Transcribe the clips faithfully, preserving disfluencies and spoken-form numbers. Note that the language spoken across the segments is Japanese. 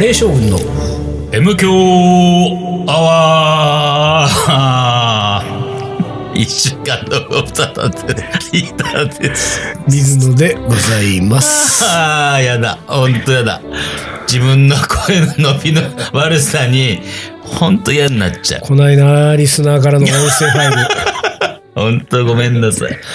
レー将軍の M 強アワー一週間のご無沙汰でリーダーです。 水野でございます。 ああ、やだ、ほんとやだ。自分の声の伸びの悪さにほんと嫌になっちゃう。 こないなリスナーからの音声ファイルほんとごめんなさい、うん、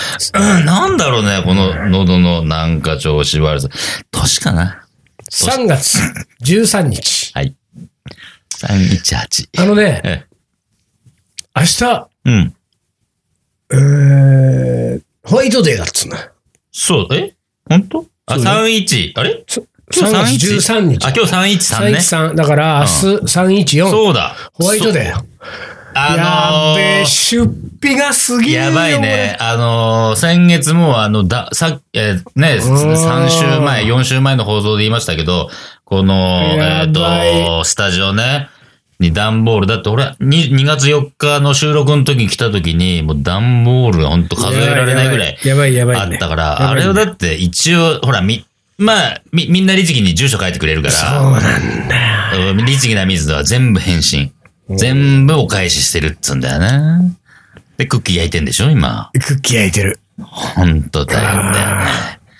なんだろうね、この喉のなんか調子悪さ。年かな。 さんがつじゅうさんにち。 はい。さんいちはち。 あのね、明日、 うん。 えー、ホワイトデーだっつうな。 そう、えほんとあ、さんいち、あれさんがつじゅうさんにち。 あ、今日さんいちさんね。 さんいちさん。だから明日さんいちよん。 そうだ。 ホワイトデー。 あのー、 やべえ、出費がすげえよ。 やばいね。あのー、先月もあの、だ、さ、えー、ね、さんしゅうまえ、よんしゅうまえの放送で言いましたけど、この、えっと、スタジオね、に段ボール、だって俺、にがつよっかの収録の時に来た時に、もう段ボールがほんと数えられないぐらいやばいやばいあったから、あれをだって一応、ほら、み、まあ、み、みんな律儀に住所書いてくれるから、 そうなんだよ。 律儀な水野は全部返信。全部お返ししてるっつうんだよな。で、クッキー焼いてんでしょ今。 クッキー焼いてる。 ほんと大変だよね。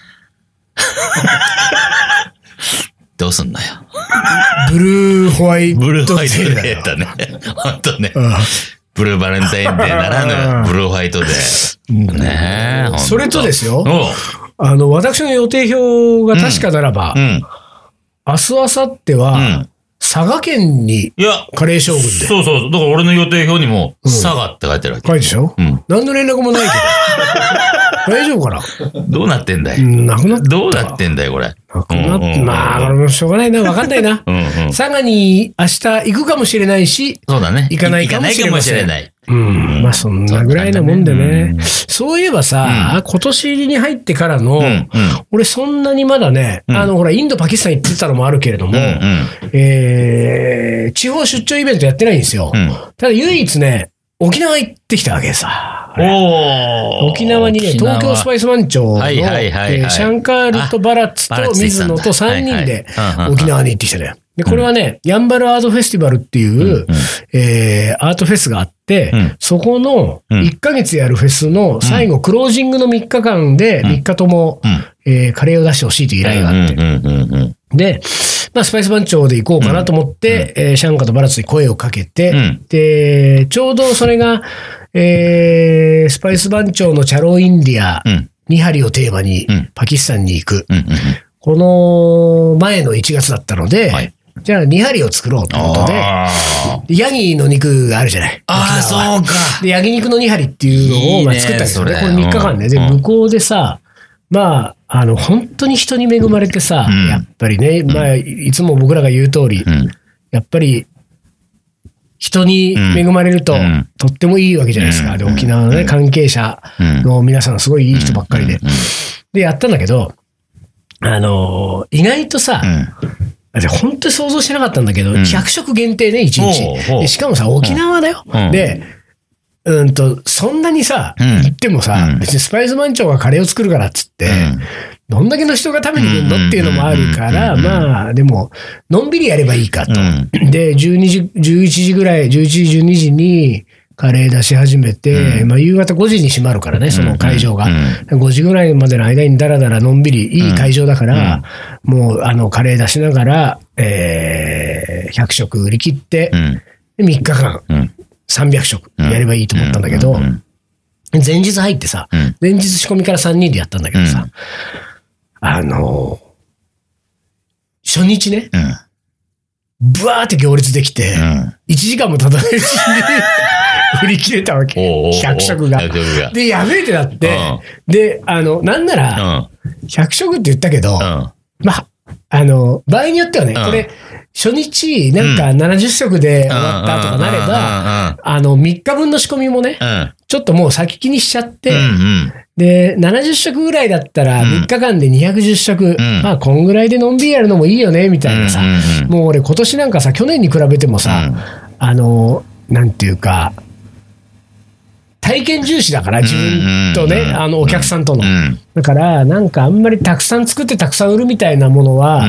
どうすんのよ。 ブルーホワイトデー。 ブルーホワイトデーだね。ほんとね。ブルーバレンタインデーならぬブルーホワイトデー。ねえ。 それとですよ。あの、私の予定表が確かならば、うんうん、明日、明後日は、うん佐賀県にカレー将軍で。 そうそう。だから俺の予定表にも、佐賀って書いてるわけ。 書いてるでしょうん。何の連絡もないけど。大丈夫かなどうなってんだいなくなった。 どうなってんだいこれ。 なくなった。まあ、これもしょうがないな。わかんないな。うんうん、佐賀に明日行くかもしれないし、 そうだね。 行かないかもしれません。 行かないかもしれない。 うん。まあ、そんなぐらいなもんでね。そういえばさ、うん、今年に入ってからの、うんうん、俺そんなにまだね、うん、あの、ほら、インド、パキスタン行ってたのもあるけれども、うんうん、えー、地方出張イベントやってないんですよ。うん、ただ唯一ね、沖縄行ってきたわけさ。 お沖縄にね、東京スパイス番長の、シャンカールとバラッツと水野とさんにんで沖縄に行ってきたね。で、これはね、やんばるアートフェスティバルっていう、うんうんえー、アートフェスがあって、うん、そこのいっかげつやるフェスの最後、うん、クロージングのみっかかんでみっかとも、うんえー、カレーを出してほしいという依頼があって。で、まあ、スパイス番長で行こうかなと思って、うんえー、シャンカとバラッツに声をかけて、うん、で、ちょうどそれが、えー、スパイス番長のチャロインディアに針をテーマにパキスタンに行く。うんうんうん、この前のいちがつだったので、はいじゃあ、に針を作ろうということで、ヤギの肉があるじゃない。 ああ、そうか。 で、ヤギ肉のに針っていうのをまあ作ったんですよね。これみっかかんね。で、向こうでさ、まあ、あの、本当に人に恵まれてさ、うん、やっぱりね、まあ、いつも僕らが言う通り、うん、やっぱり、人に恵まれると、うん、とってもいいわけじゃないですか。で、沖縄のね、関係者の皆さん、すごいいい人ばっかりで。で、やったんだけど、あの、意外とさ、本当に想像してなかったんだけど、うん、ひゃくしょく限定ね、いちにち。でしかもさ、沖縄だよ。うん、で、うんと、そんなにさ、うん、言ってもさ、うん、別にスパイス番長がカレーを作るからっつって、うん、どんだけの人が食べに来るのっていうのもあるから、まあ、でも、のんびりやればいいかと。うん、で、じゅうにじ、じゅういちじぐらい、じゅういちじ、じゅうにじに、カレー出し始めて、うん、まあ夕方ごじに閉まるからね、その会場が。うん、ごじぐらいまでの間にダラダラのんびり、いい会場だから、うん、もうあのカレー出しながら、えー、ひゃくしょく売り切って、うん、でみっかかん、うん、さんびゃくしょくやればいいと思ったんだけど、前日入ってさ、うん、前日仕込みからさんにんでやったんだけどさ、うん、あのー、初日ね、うんブワーって行列できて、うん、いちじかんも経たないうちに売り切れたわけ。ひゃくしょくが。で、やべえってなって、うん、で、あの、なんなら、ひゃくしょくって言ったけど、うん、まあ、あの、場合によってはね、うん、これ、初日、なんかななじゅっしょくで終わったとかなれば、あの、みっかぶんの仕込みもね、うん、ちょっともう先気にしちゃって、うんうんで、ななじゅっしょくぐらいだったら、みっかかんでにひゃくじゅっしょく、うん、まあ、こんぐらいでのんびりやるのもいいよね、みたいなさ、うんうんうん、もう俺今年なんかさ、去年に比べてもさ、うん、あの、なんていうか、体験重視だから、自分とね、あの、お客さんとの。だから、なんかあんまりたくさん作ってたくさん売るみたいなものは、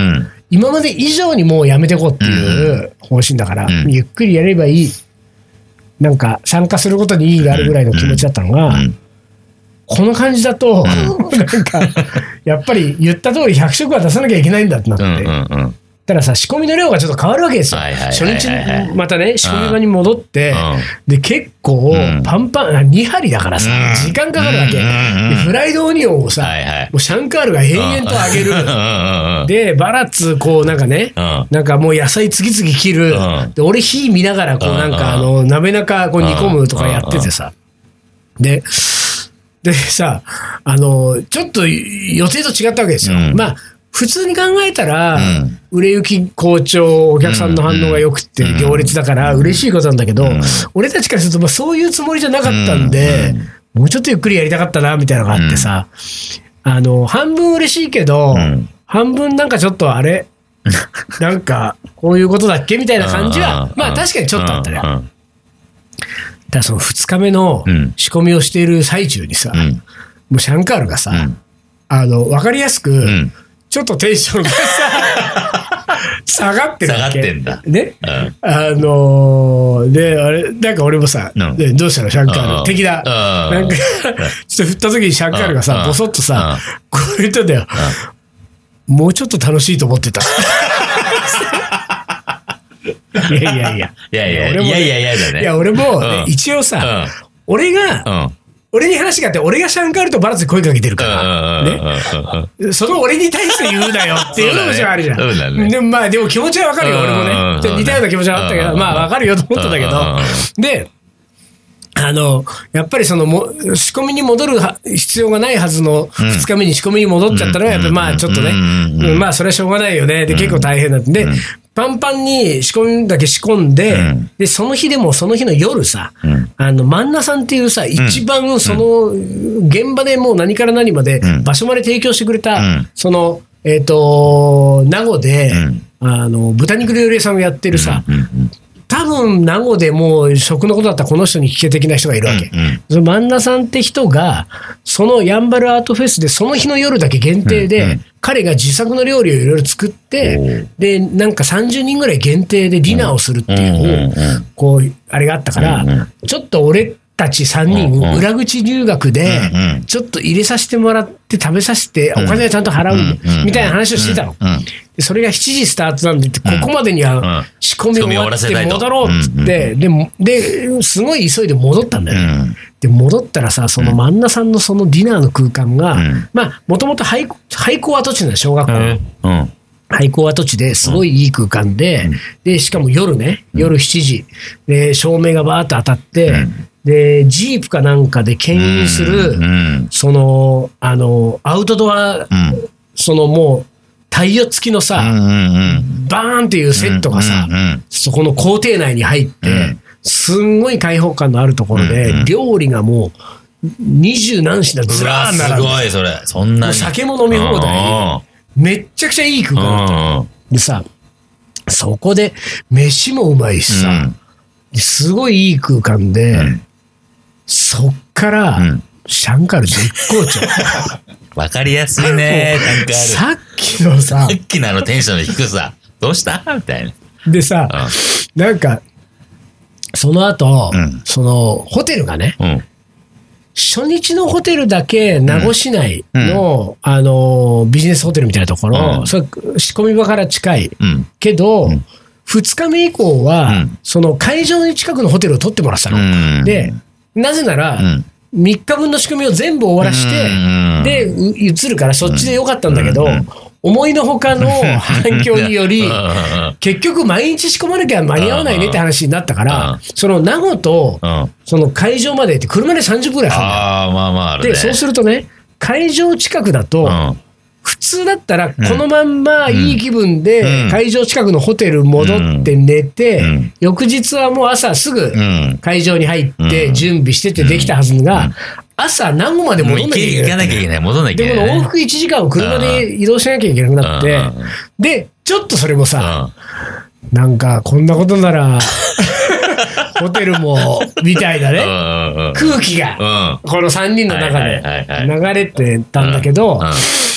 今まで以上にもうやめていこうっていう方針だから、 うん、 ゆっくりやればいい、なんか参加することに意義があるぐらいの気持ちだったのが、うんうん、この感じだと、うん、なんかやっぱり言った通りひゃくしょくは出さなきゃいけないんだってなって、うんうんうん、たださ、仕込みの量がちょっと変わるわけですよ。初日にまたね、仕込み場に戻って、で、結構パンパン、に針だからさ、時間かかるわけ。でフライドオニオンをさ、もうシャンカールが延々と揚げる。で、バラッツ、こうなんかね、なんかもう野菜次々切る。で、俺火見ながら、こうなんかあの、鍋中こう煮込むとかやっててさ。で、でさ、あの、ちょっと予定と違ったわけですよ。まあ、普通に考えたら、うん、売れ行き好調、お客さんの反応が良くて行列だから嬉しいことなんだけど、うん、俺たちからするとまあそういうつもりじゃなかったんで、うん、もうちょっとゆっくりやりたかったなみたいなのがあってさ、うん、あの半分嬉しいけど、うん、半分なんかちょっとあれなんかこういうことだっけみたいな感じはまあ確かにちょっとあったね。だからそのふつかめの仕込みをしている最中にさ、うん、もうシャンカールがさ、うん、あの分かりやすく、うんちょっとテンションがさ下がってるわけ。 下がってんだ。 ね、うん、あのー、で、あれ、なんか俺もさ、うん、でどうしたのシャンカール。敵だ。なんか、ちょっと振った時にシャンカールがさ、ボソッとさ、こう言ったんだよ。もうちょっと楽しいと思ってた。いやいやいや。 いやいや、俺も、ね、いやいやいやだね。 いや、俺も、ね、一応さ、俺が、俺に話があって、俺がシャンカールとバラッツに声かけてるから、ね。その俺に対して言うなよっていうのもあるじゃん。ね、でもまあ、でも気持ちはわかるよ、俺もね。似たような気持ちはあったけど、まあわかるよと思ったんだけど。で、あの、やっぱりそのも、仕込みに戻る必要がないはずのふつかめに仕込みに戻っちゃったのは、やっぱりまあちょっとね、まあそれはしょうがないよね。で、結構大変だって。で、パンパンに仕込みだけ仕込んで、うん、で、その日でもその日の夜さ、うん、あの、マンナさんっていうさ、一番その、現場でもう何から何まで場所まで提供してくれた、うん、その、えっと、名護で、うん、あの、豚肉料理屋さんをやってるさ、うんうんうん多分、名護でもう食のことだったらこの人に聞け的な人がいるわけ。うんうん、そのマンナさんって人が、そのやんばるアートフェスでその日の夜だけ限定で、うんうん、彼が自作の料理をいろいろ作って、で、なんかさんじゅうにんぐらい限定でディナーをするっていう、こう、あれがあったから、ちょっと俺たちさんにん裏口留学で、ちょっと入れさせてもらって食べさせて、お金はちゃんと払うみたいな話をしてたの。それがしちじスタートなんで、ここまでには仕込み終わって戻ろうっつって、で、で、すごい急いで戻ったんだよ。で、戻ったらさ、そのマンナさんのそのディナーの空間が、まあ、もともと廃校跡地なんだよ、小学校の。廃校跡地ですごいいい空間で、で、しかも夜ね、夜しちじ、で、照明がバーッと当たって、で、ジープかなんかで牽引する、その、あの、アウトドア、そのもう、タイヤ付きのさ、バーンっていうセットがさ、そこの校庭内に入って、すんごい開放感のあるところで、料理がもう、二十何品ずらー並んで。 すごい、それ。そんなに。 酒も飲み放題。めっちゃくちゃいい空間だった。でさ、そこで、飯もうまいしさ、すごいいい空間で、そっから、シャンカール絶好調。 わかりやすいね、シャンカール。 さっきのさ、 さっきのあのテンションの低さ、どうしたみたいな。 でさ、うん、なんか、その後、うん、その、ホテルがね、うん、初日のホテルだけ名護市内の、うん、あの、ビジネスホテルみたいなところ、うん、それ仕込み場から近い。うん、けど、うん、ふつかめ以降は、うん、その会場に近くのホテルを取ってもらったの。うん、で、なぜなら、うんみっかぶんの仕組みを全部終わらして、で、移るからそっちでよかったんだけど、思いのほかの反響により、結局毎日仕込まなきゃ間に合わないねって話になったから、その名護と、その会場までって車でさんじゅっぷんぐらいかかるんだよ。 ああ、まあまああるね。 で、そうするとね、会場近くだと、普通だったらこのまんまいい気分で会場近くのホテル戻って寝て、翌日はもう朝すぐ会場に入って準備しててできたはずが、朝何個まで戻んなきゃいけない。 行かなきゃいけない。戻んなきゃいけない。 で、この往復いちじかんを車で移動しなきゃいけなくなって、で、ちょっとそれもさ、なんかこんなことなら、ホテルも、みたいなね、空気が、このさんにんの中で流れてたんだけど、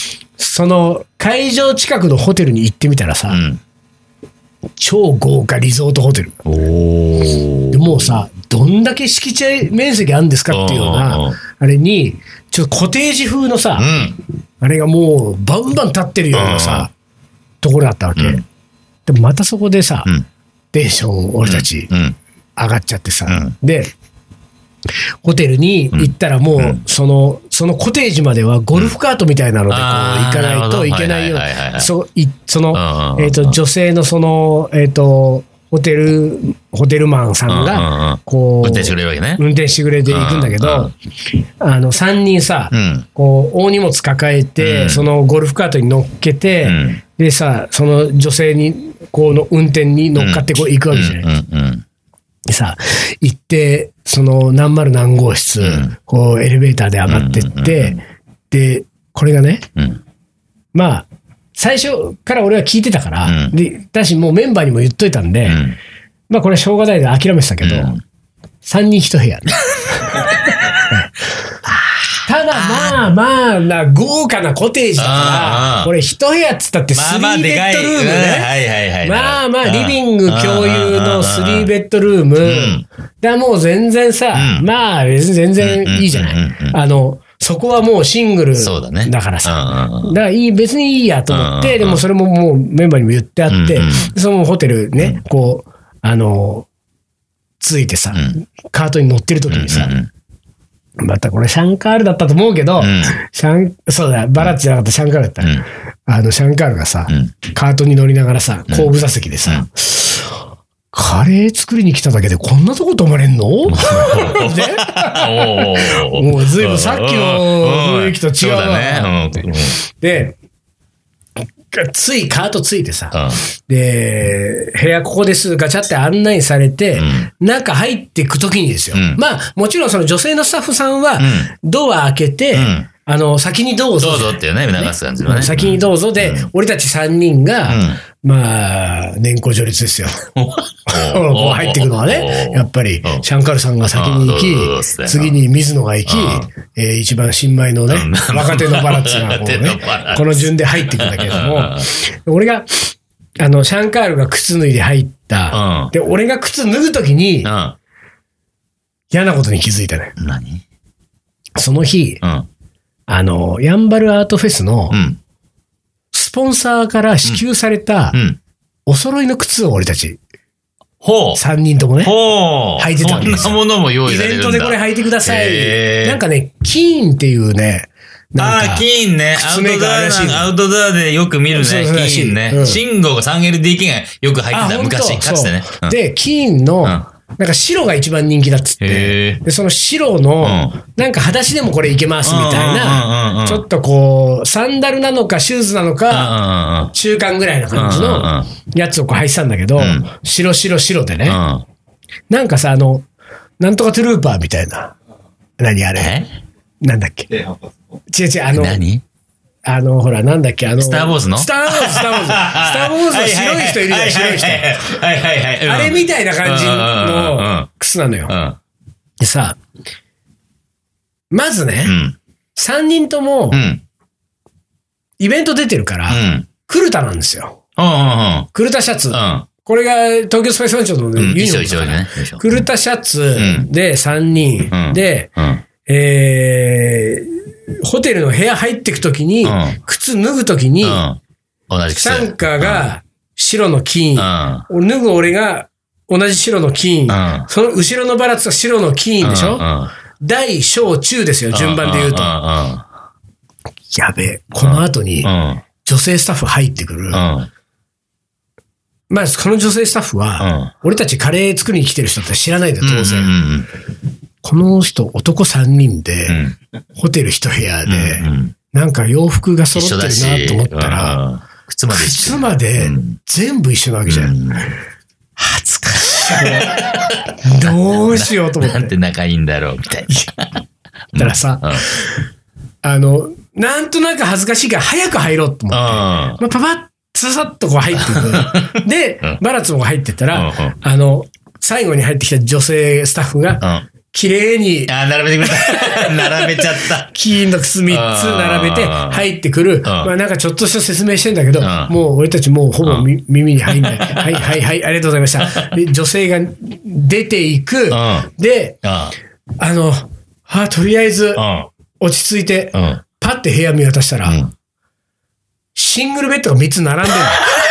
その会場近くのホテルに行ってみたらさ、うん、超豪華リゾートホテル。おでもうさ、どんだけ敷地面積あるんですかっていうような、あれに、ちょっとコテージ風のさ、うん、あれがもうバンバン立ってるようなさ、ところだったわけ。うん、でもまたそこでさ、うん、テンション俺たち上がっちゃってさ、うん、で、ホテルに行ったらもう、その、そのコテージまではゴルフカートみたいなのでこう行かないといけないような、その、えっと、女性のその、えっと、ホテル、ホテルマンさんが、こう、運転してくれるわけね。運転してくれて行くんだけど、あの、さんにんさ、こう、大荷物抱えて、そのゴルフカートに乗っけて、でさ、その女性に、こうの運転に乗っかってこう行くわけじゃない。でさ、行って、その何丸何号室、うん、こうエレベーターで上がってって、うんうんうん、で、これがね、うん、まあ、最初から俺は聞いてたから、うん、で、だしもうメンバーにも言っといたんで、うん、まあこれはしょうがないで諦めてたけど、うん、さんにんいち部屋。ただまあまあな豪華なコテージだから、これ一部屋っつったってスリーベッドルームね。まあまあリビング共有のスリーベッドルーム。だもう全然さ、まあ別に全然いいじゃない。あの、そこはもうシングルだからさ。だからいい、別にいいやと思って、でもそれももうメンバーにも言ってあって、そのホテルね、こう、あの、ついてさ、カートに乗ってる時にさ、またこれシャンカールだったと思うけど、うん、シャン、そうだ、バラッツじゃなかったシャンカールだった。うん、あの、シャンカールがさ、うん、カートに乗りながらさ、後部座席でさ、うん、カレー作りに来ただけでこんなとこ泊まれんのでもうずいぶんさっきの雰囲気と違うわ。ね、で、ついカートついてさ、うん、で、部屋ここです、ガチャって案内されて、うん、中入っていくときにですよ、うん。まあ、もちろんその女性のスタッフさんは、ドア開けて、うん、あの、先にどうぞ。どうぞっていうね、促す感じのね。先にどうぞで、うん、俺たちさんにんが、うん、まあ、年功序列ですよ。こう入っていくのはね、やっぱり、シャンカルさんが先に行き、次に水野が行き、えー、一番新米のね、若手のバラッツがこうね、この順で入っていくんだけれども、俺が、あの、シャンカールが靴脱いで入った。で、俺が靴脱ぐときに、嫌なことに気づいたね。何？その日、あの、ヤンバルアートフェスの、スポンサーから支給された、お揃いの靴を俺たち、ほう。三人ともね、履いてたんですよ。そんなものも用意されるんだ。イベントでこれ履いてください。なんかね、キーンっていうね、ああ、キーンね。アウトドア、アウトドアでよく見るね、キーンね。シンゴが スリーエルディーケー がよく入ってた、昔、かつてね。で、キーンの、なんか白が一番人気だっつって。で、その白の、なんか裸足でもこれいけますみたいな、ちょっとこう、サンダルなのかシューズなのか、中間ぐらいな感じのやつをこう履いてたんだけど、白白白でね。なんかさ、あの、なんとかトゥルーパーみたいな。何あれなんだっけ違う違う、あの、何あの、ほら、なんだっけ、あの、スターウォーズのスターウォーズ、スターウォーズ。スターウォーズは白い人いるじゃん、白い人。はいはいはい。あれみたいな感じの靴なのよ。でさ、まずね、さんにんとも、イベント出てるから、クルタなんですよ。クルタシャツ。これが東京スパイス番長のユニフォームだから。クルタシャツでさんにんで、えー、ホテルの部屋入ってくときに、うん、靴脱ぐときに、うん、同じ靴。シャンカーが白の金、うん、脱ぐ俺が同じ白の金、うん、その後ろのバラッツが白の金でしょ、うんうん、大、小、中ですよ、順番で言うと。うんうんうん、やべえ、この後に女性スタッフ入ってくる。うん、まあ、この女性スタッフは、うん、俺たちカレー作りに来てる人って知らないで当然。うんうんうん、この人、男さんにんで、うん、ホテル一部屋で、うんうん、なんか洋服が揃ってるなと思ったら、うん、靴まで靴まで全部一緒なわけじゃん。うん、恥ずかしい。どうしようと思って。なんて仲いいんだろう、みたいな。だからさ、うん、あの、なんとなく恥ずかしいから早く入ろうと思って、まあ、パパッ、ささっとこう入ってくる。で、バラツも入ってたら、うん、あの、最後に入ってきた女性スタッフが、うん綺麗に。 あ、並べてくれた。並べちゃった。 金の靴みっつ並べて入ってくる。まあなんかちょっとした説明してんだけど、もう俺たちもうほぼ耳に入んない。はいはいはい、ありがとうございました。で、女性が出ていく。で、あの、あ、とりあえず落ち着いて、パッて部屋見渡したら、シングルベッドがみっつ並んでる。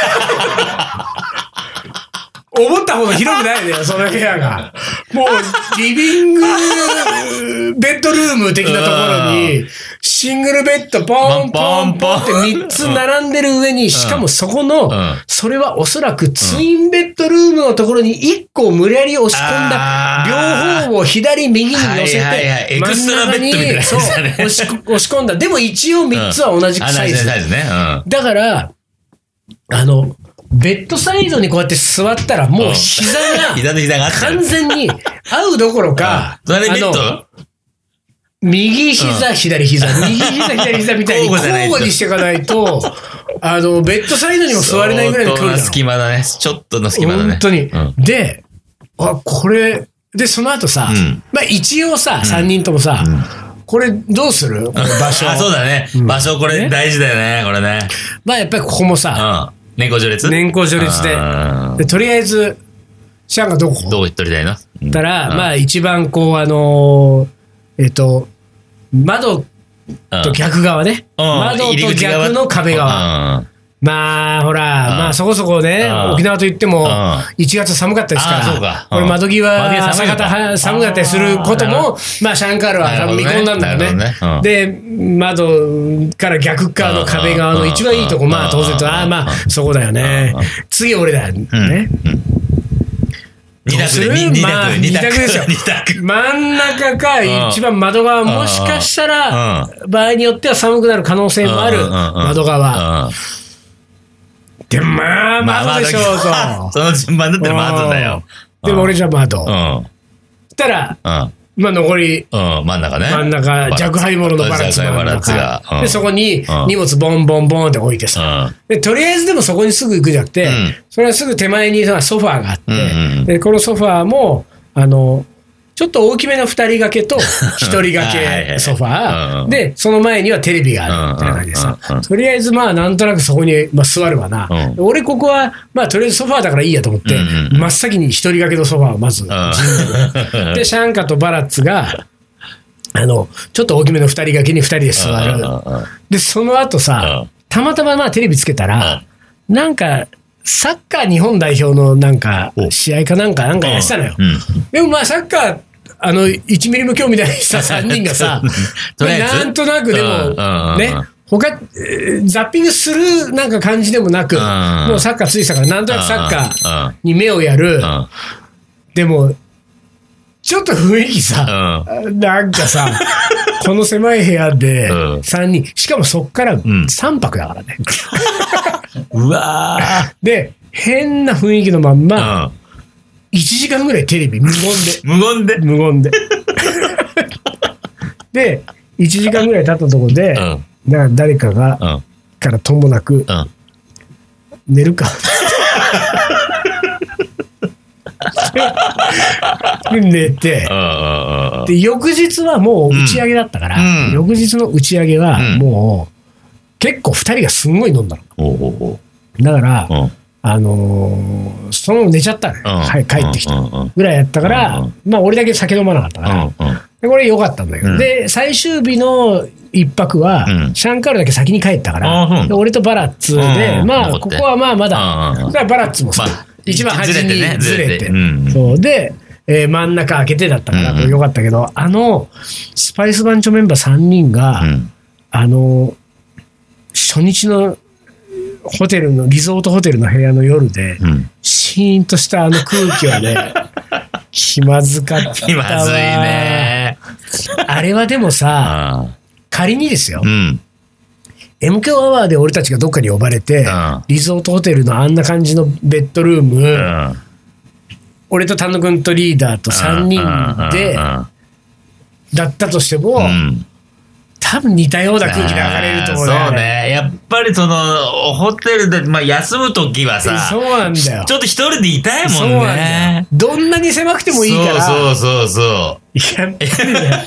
思ったほど広くないね、その部屋が。もう、リビング、ベッドルーム的なところに、シングルベッドポンポンポンってみっつ並んでる上に、しかもそこの、それはおそらくツインベッドルームのところにいっこ無理やり押し込んだ、両方を左右に乗せて、真ん中に、そう、押し込んだ。でも一応みっつは同じサイズ。だから、あの、ベッドサイドにこうやって座ったらもう膝が完全に合うどころか、あの、右膝、左膝、右膝、左膝みたいに交互にしていかないと、あの、ベッドサイドにも座れないぐらいの距離だ。 隙間だね。ちょっとの隙間だね。 本当に。で、あ、これ、で、その後さ、まあ一応さ、さんにんともさ、これどうするこの場所。 あ、そうだね。場所これ大事だよね、これね。 まあやっぱりここもさ、 年功序列年功序列で。で、とりあえず、シャンがどこどこ取りたいのたら、まあ一番こう、あの、えっと、窓と逆側ね。窓と逆の壁側。まあ、ほら、まあそこそこね、沖縄といっても、いちがつ寒かったですから、これ窓際、朝方寒かったりすることも、まあシャンカールは見込んだんだよね。で、窓から逆側の壁側の一番いいとこ、まあ当然と、ああまあ、そこだよね。次俺だよね。 二択で、 二択でしょ。真ん中か一番窓側、もしかしたら、場合によっては寒くなる可能性もある窓側。でもまあ、窓でしょうと。 その順番だったら窓だよ。 でも俺じゃ窓。そしたら、まあ残り、 真ん中ね。 真ん中、弱敗者のバランスが。で、そこに荷物ボンボンボンって置いてさ。で、とりあえずでもそこにすぐ行くんじゃなくて、それはすぐ手前にソファーがあって、で、このソファーも、あの、ちょっと大きめの二人掛けと一人掛けソファーで、その前にはテレビがあるみたいな感じでさ、とりあえずまあなんとなくそこにまあ座るわな。俺ここはまあとりあえずソファーだからいいやと思って、真っ先に一人掛けのソファーをまず準備。で、シャンカとバラッツが、あの、ちょっと大きめの二人掛けに二人で座る。で、その後さ、たまたままあテレビつけたら、なんか、サッカー日本代表のなんか、試合かなんかなんかやってたのよ。でもまあサッカー、あの、いちミリも興味ないさ、さんにんがさ、なんとなくでも、ね、他、ザッピングするなんか感じでもなく、もうサッカーついてたから、なんとなくサッカーに目をやる。でも、ちょっと雰囲気さ、なんかさ、この狭い部屋でさんにん、しかもそっからさんぱくだからね。 うわー。 で、変な雰囲気のまんま、いちじかんぐらいテレビ無言で。 無言で無言で。で、いちじかんぐらい経ったところで、うん、誰かが、うん、からともなく、うん、寝るか。寝て、で、翌日はもう打ち上げだったから、うん、翌日の打ち上げはもう、結構二人がすんごい飲んだの。おうおうおうだから、うんあのー、そのまま寝ちゃったのよ、うんはい、帰ってきた、うん、ぐらいやったから、うん、まあ俺だけ酒飲まなかったから、うん、でこれ良かったんだけど、うん、で最終日の一泊は、うん、シャンカールだけ先に帰ったから、うん、で俺とバラッツで、うん、まあここはまあまだ、うん、バラッツもさ、まあ、一番端にずれて、ね、ずれて、うん、そうで、えー、真ん中開けてだったから、うん、良かったけど、あのスパイス番長メンバーさんにんが、うん、あの初日のホテルのリゾートホテルの部屋の夜で、うん、シーンとしたあの空気はね気まずかったわ。 気まずいね。 あれはでもさ仮にですよ、うん、エムキョー アワーで俺たちがどっかに呼ばれて、うん、リゾートホテルのあんな感じのベッドルーム、うん、俺と丹野君とリーダーとさんにんで、うん、だったとしても、うん多分似たような空気で流れると思うね。 そうね。やっぱりその、ホテルで、まあ、休むときはさ、 そうなんだよ。 ちょっと一人でいたいもんね。そうなんだよ。 どんなに狭くてもいいから。 そうそうそうそやっぱりね。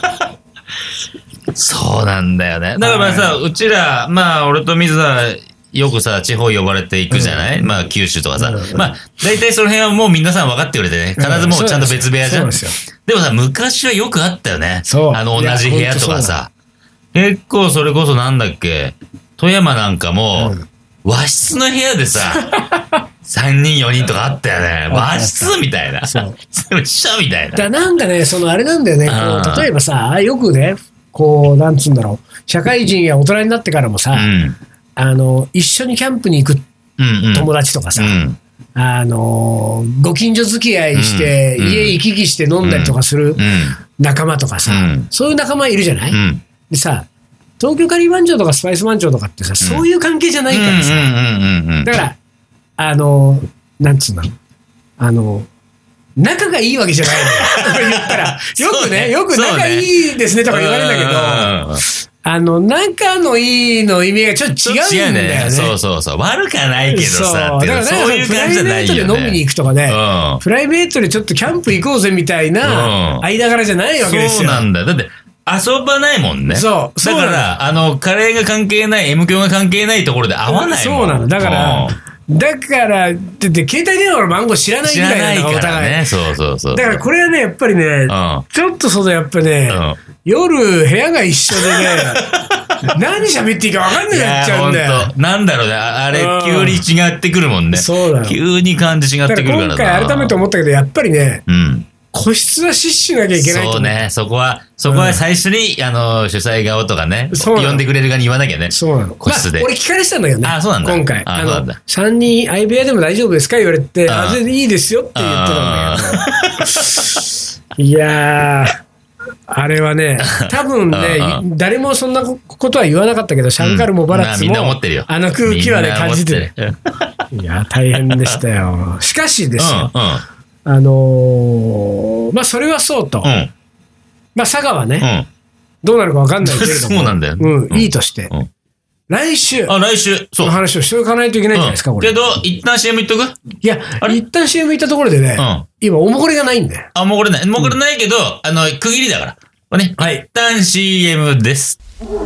そうなんだよね。だからさ、うちら、まあ、俺と水は、よくさ、地方呼ばれていくじゃない、うん、まあ、九州とかさ。うん、まあ、大体その辺はもう皆さん分かってくれてね。必ずもうちゃんと別部屋じゃん。うん、で, でもさ、昔はよくあったよね。そう。あの、同じ部屋とかさ。結構それこそなんだっけ、富山なんかも、うん、和室の部屋でさ、さんにんよにんとかあったよね。和室みたいな。そう。一緒みたいな。 だなんかね、そのあれなんだよね。こう例えばさ、よくね、こう、なんつうんだろう。社会人や大人になってからもさ、うん、あの、一緒にキャンプに行く友達とかさ、うんうん、あの、ご近所付き合いして、うん、家行き来して飲んだりとかする仲間とかさ、うん、そういう仲間いるじゃない、うん、でさ、東京カリー番長とかスパイス番長とかってさ、そういう関係じゃないからさ、だから、あの、なんつうんだろう、あの、仲がいいわけじゃないのよ。言ったら。よくね、よく仲いいですねとか言われるんだけど、あの、仲のいいの意味がちょっと違うんだよね。 違うね。そうそうそう。悪かないけどさ、そうだからそういう感じじゃないよね。プライベートで飲みに行くとかね、うん、プライベートでちょっとキャンプ行こうぜみたいな間柄じゃないわけですよ。 そうなんだよ。だって、遊ばないもんね。そう。そうだから、あの、カレーが関係ない、M 響が関係ないところで会わないもん。 そうなの。だから、だから、で、で携帯電話の番号知らないぐらいだから、お互い。ね。そうそうそう。 だからこれはね、やっぱりね、うん、ちょっとそのやっぱね、うん、夜部屋が一緒でね、何喋っていいか分かんなくなっちゃうんだよ。 なんだろうね、あれ、急に違ってくるもんね。そうだよ。急に感じ違ってくるからな。 今回改めて思ったけど、やっぱりね、うん。個室は死守しなきゃいけないと。 そうね。そこは、そこは最初に、うん、あの、主催側とかね、呼んでくれる側に言わなきゃね。そうなの。個室で。まあ、 俺聞かれてたんだけどね。 あ、そうなんだ。 今回。あ、そうなんだ。さんにん相部屋でも大丈夫ですか言われて、あ、全然いいですよって言ってたんだけど。いやー、あれはね、多分ね、誰もそんなことは言わなかったけど、シャンカルもバラッツも、あの空気はね、感じてる。いや、大変でしたよ。しかしですよ。あのー、まあ、それはそうと。うん、まあ、佐賀はね、うん、どうなるか分かんないけれども。 そうなんだよ、ね。 うん、いいとして。うん、来週。 あ、来週。 そう。の話をしておかないといけないんじゃないですか、これ。 けど、一旦 シーエム 行っとく？ いや、一旦 シーエム 行ったところでね、うん、今、おもこれがないんだよ。 あ、おもこれない。おもこれないけど、あの、区切りだから。ね。はい。一旦 シーエム です。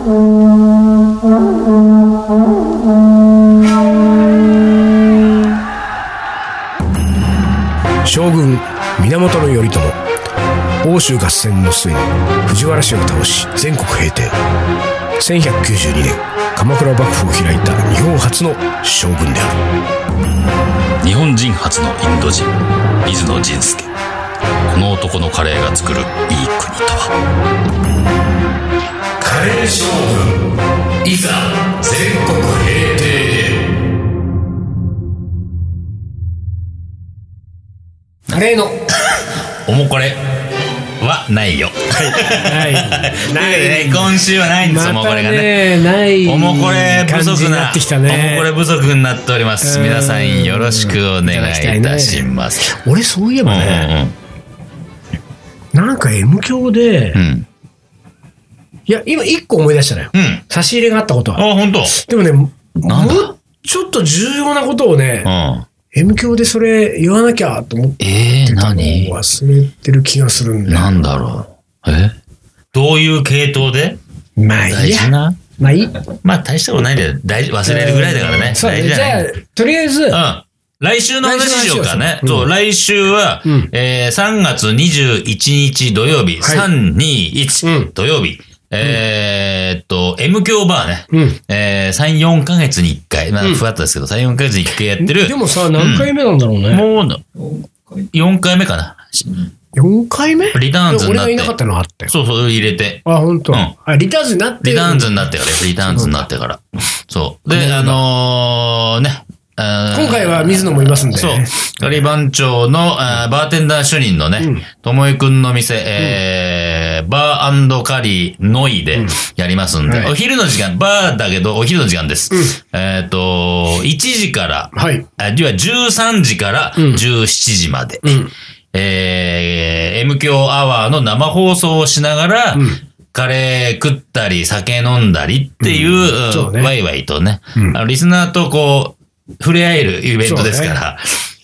将軍源頼朝欧州合戦の末に藤原氏を倒し全国平定。せんひゃくきゅうじゅうにねん鎌倉幕府を開いた日本初の将軍である。日本人初のインド人水野仁介。この男のカレーが作るいい国とは。 カレー将軍いざ全国平定へ。 カレーのおもこれはないよ。はい。ない。ね、今週はないんです、ま、おもこれがね。 ない。 おもこれ不足な、ね、おもこれ不足になっております。皆さんよろしくお願いいたします。 ね、俺そういえばね、うんうん、なんか M 響で、うん、いや、今一個思い出したのよ。うん、差し入れがあったことは。 あ、本当。 でもね、もうちょっと重要なことをね、うん、M 響でそれ言わなきゃと思ってたのを忘れてる気がするんだよ。 なんだろう。えどういう系統でまあいいや。大事なまあいい。 まあ大したことないんだよ。大事、忘れるぐらいだからね。 そう、じゃあ、とりあえず。うん。 来週の話しようかね。そう、来週は、うん、えー、さんがつにじゅういちにち土曜日、はい、さんにいち土曜日。えーっと、M 響バーね。うん、えー、さん、よんかげつにいっかい。まあ、ふわっとですけど、さん、よんかげつにいっかいやってる。 でもさ、何回目なんだろうね。うん、 もう、よんかいめかな。 よんかいめリターンズになって。 俺がいなかったのあって。 そうそう、入れて。 あ、ほんと。うん。あ、リターンズになって。 リターンズになってから、リターンズになってから。そう。で、あのー、ね。 今回は水野もいますんで。 そう。カリ番長のバーテンダー主任のね、ともいくんの店、えー、バー&カリーノイでやりますんで、お昼の時間、バーだけどお昼の時間です。えっと、いちじから、はい。じゃあじゅうさんじからじゅうしちじまで、えー、M 響アワーの生放送をしながら、カレー食ったり酒飲んだりっていう、ワイワイとね、リスナーとこう、触れ合えるイベントですから、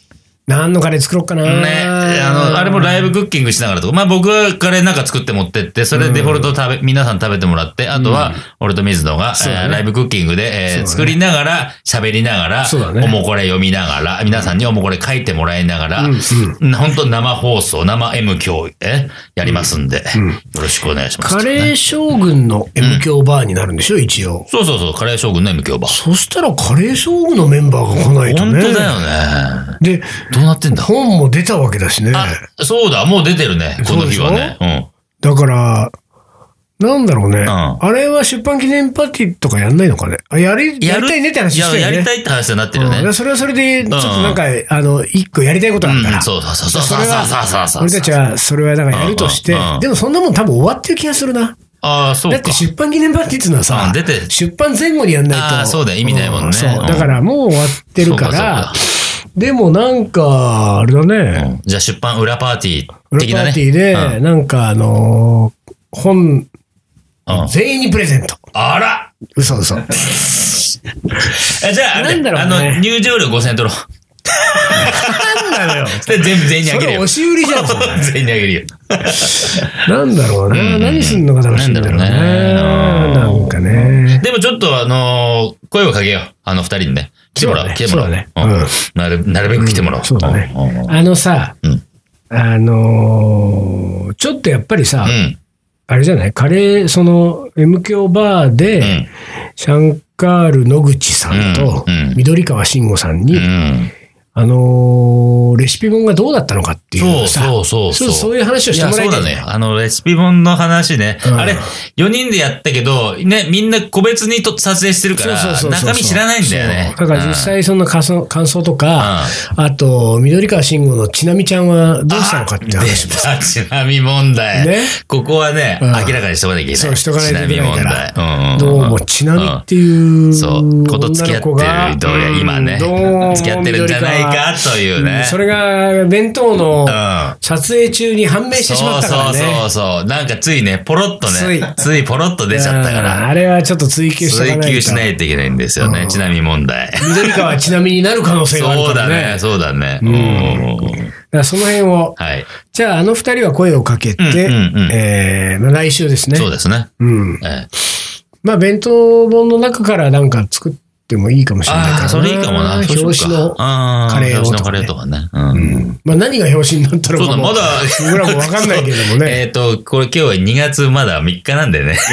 何のカレー作ろうかな。 ね。あの、あれもライブクッキングしながらとか。まあ僕はカレーなんか作って持ってって、それでデフォルト食べ、皆さん食べてもらって、あとは、俺と水野が、えーライブクッキングで、えー作りながら、喋りながら、おもこれ読みながら、皆さんにおもこれ書いてもらいながら、本当生放送、生 M 響、えやりますんで、よろしくお願いします。 カレー将軍の M 響バーになるんでしょ、一応。 そうそうそう、カレー将軍の M 響バー。 そしたらカレー将軍のメンバーが来ないとね。 本当だよね。 で、 どうなってんだ。 本も出たわけだしね。 あ、そうだ、もう出てるね、この日はね。うん。 だから、なんだろうね。うん、あれは出版記念パーティーとかやんないのかね。あ、やり、やりたいねって話してるよね。 やりたいって話になってるよね。 うん、それはそれで、ちょっとなんか、うん、あの、一個やりたいことあるから。うん、 そうそうそうそう。それは、俺たちは、それはだからやるとして、うんうん、でもそんなもん多分終わってる気がするな。 ああ、そうか。 だって出版記念パーティーっていうのはさ、出て出版前後にやんないと。 ああ、そうだよ、意味ないもんね。 そう。だからもう終わってるから、でもなんか、あれだね。 じゃあ出版裏パーティー的なね。 裏パーティーで、なんかあの、本、全員にプレゼント。 あら嘘嘘。 えじゃあ、あれ、あの、入場料ごせんえん取ろう。 なんだよ。 全部全員にあげるよ。 それ押し売りじゃん。 全員にあげるよ。 なんだろうね。何すんのか楽しいんだろうね。なんかね。 でもちょっとあの、声をかけよう。あの二人にね。来てもらう。来てもらう。ね。なる、なるべく来てもらおう。 そうだね。あのさ、あの、ちょっとやっぱりさ、あれじゃないカレー、その、M 響バーで、うん、シャンカール野口さんと、緑川慎吾さんに、うん、あのー、レシピ本がどうだったのかっていうさ。 そうそうそうそう。 そういう話をしてもらいたい。 そうだね。あの、レシピ本の話ね。うん、あれ、よにんでやったけど、ね、みんな個別にと撮影してるから、中身知らないんだよね。 だから実際そんな感想、感想とか、うん、あと、緑川慎吾のちなみちゃんはどうしたのかって話です。 ちなみ問題。ね。ここはね、うん、明らかにしとかなきゃいけない。 そう、しとかないといけないから。 ちなみ問題。 どうもちなみっていう、 そう、こと付き合ってる、どうや、今ね。付き合ってるんじゃないかというね。 それが弁当の撮影中に判明してしまったからね。 そうそうそう。なんかついね、ポロッとね、ついポロッと出ちゃったから。 あれはちょっと追求して追求しないといけないんですよね。ちなみ問題。 緑川はちなみになる可能性があるからね。 そうだね、そうだね。 だからその辺を、はい、じゃああの二人は声をかけて、えー、来週ですね。 そうですね。 うん。まあ弁当本の中からなんか作ってでもいいかもしれないからな。 それいいかもな。 表紙のカレーを、 ね。表紙のカレーとかね。 うんうん、まあ何が表紙になったのかも。 そうだ、まだ。 僕らもわかんないけどもね。 えっと、これ今日はにがつまだみっかなんでね。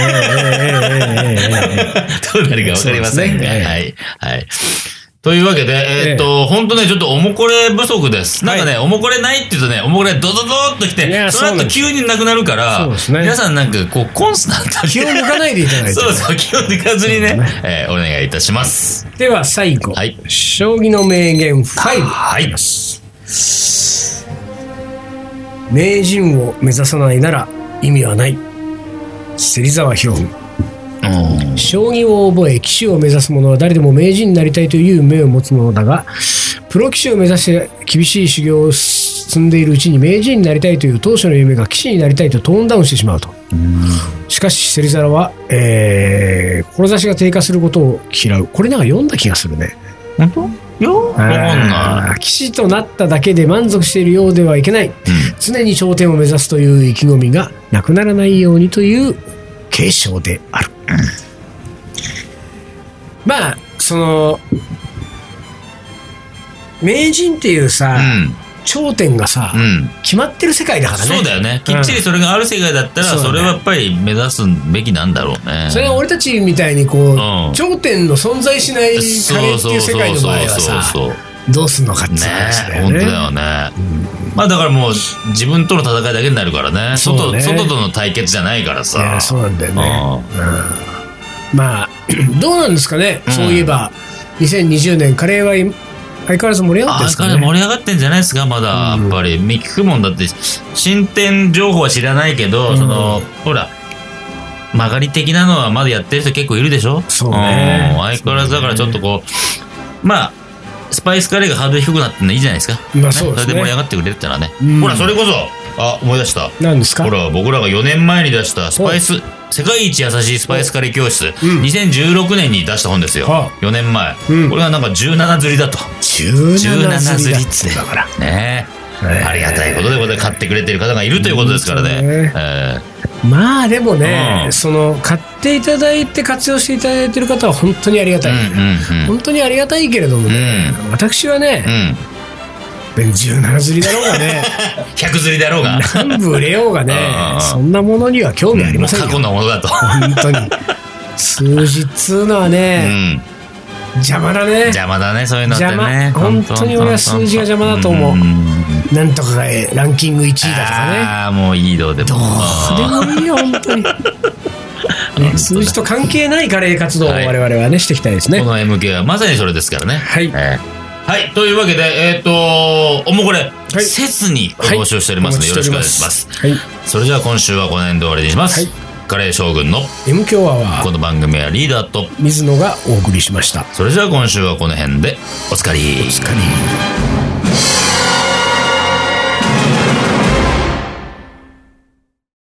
どうなるかわかりませんが。はい。はい。というわけで、えっと、ほんとね、ちょっとおもこれ不足です。なんかね、おもこれないって言うとね、おもこれドドドーっと来て、その後急になくなるから、皆さんなんかこう、コンスタントに。 気を抜かないでいただいて。 そうそう、気を抜かずにね、えお願いいたします。 では最後、将棋の名言ご。 はい。 名人を目指さないなら意味はない。芹沢博文。将棋を覚え棋士を目指す者は誰でも名人になりたいという夢を持つものだが、プロ棋士を目指して厳しい修行を進んでいるうちに名人になりたいという当初の夢が棋士になりたいとトーンダウンしてしまうと。しかし芹沢は、えー、志が低下することを嫌う。これなんか読んだ気がするね。 本当？いや、わかんない。 棋士となっただけで満足しているようではいけない、うん、常に頂点を目指すという意気込みがなくならないようにという継承である。うん、まあその名人っていうさ、うん、頂点がさ、うん、決まってる世界だからね。 そうだよね。きっちりそれがある世界だったら、うん、それはやっぱり目指すべきなんだろうね。 それは俺たちみたいにこう、うん、頂点の存在しないカレーっていう世界の場合はさ、どうすんのかって話だよね。 本当だよね。うん、まあだからもう自分との戦いだけになるからね。外、ね、外との対決じゃないからさ。 いや、そうなんだよね。うん、まあどうなんですかね。うん、そういえばにせんにじゅうねんカレーは相変わらず盛り上がってるんですかね。 盛り上がってんじゃないですか、まだ。やっぱり見聞くもんだって、進展情報は知らないけど、うん、そのほら曲がり的なのはまだやってる人結構いるでしょ。 そうね、 うん、相変わらずだからちょっとこう、まあスパイスカレーがハードル低くなってるのいいじゃないですか。 まあそうですね。 それで盛り上がってくれるってのはね、うん、ほらそれこそあ思い出した。 何ですか。 ほら僕らがよねんまえに出したスパイス世界一優しいスパイスカレー教室、うん、にせんじゅうろくねんに出した本ですよ。はあ、よねんまえ。うん、これがなんかじゅうなな釣りだと。 じゅうなな釣りっつってだから。 ねえ。ありがたいことでこれ買ってくれてる方がいるということですからね。ねえー、まあでもね、うん、その買っていただいて活用していただいてる方は本当にありがたい、うんうんうん、本当にありがたいけれどもね、うん、私はね、うん、じゅうなな釣りだろうがねひゃく釣りだろうが何部売れようがねそんなものには興味ありませんよ、 うん、過去のものだと本当に数字っつうのはね、うん邪魔だね邪魔だねそういうのってね邪魔本当に俺は数字が邪魔だと思う、うん、なんとかがランキングいちいだとかねああもういいどうでもどうでもいいよ本当に、ね、数字と関係ないカレー活動を我々はねしていきたいですね。 この エムケー はまさにそれですからね。 はい、 えー、はいというわけでえっ、ー、とおもこれ、はい、切に募集しておりますので、はい、よろしくお願いします、はい、それじゃあ今週はこの辺で終わりにします、はい、カレー将軍のエム 強アワー。 この番組はリーダーと水野がお送りしました。 それじゃあ今週はこの辺でおつかりおつかり。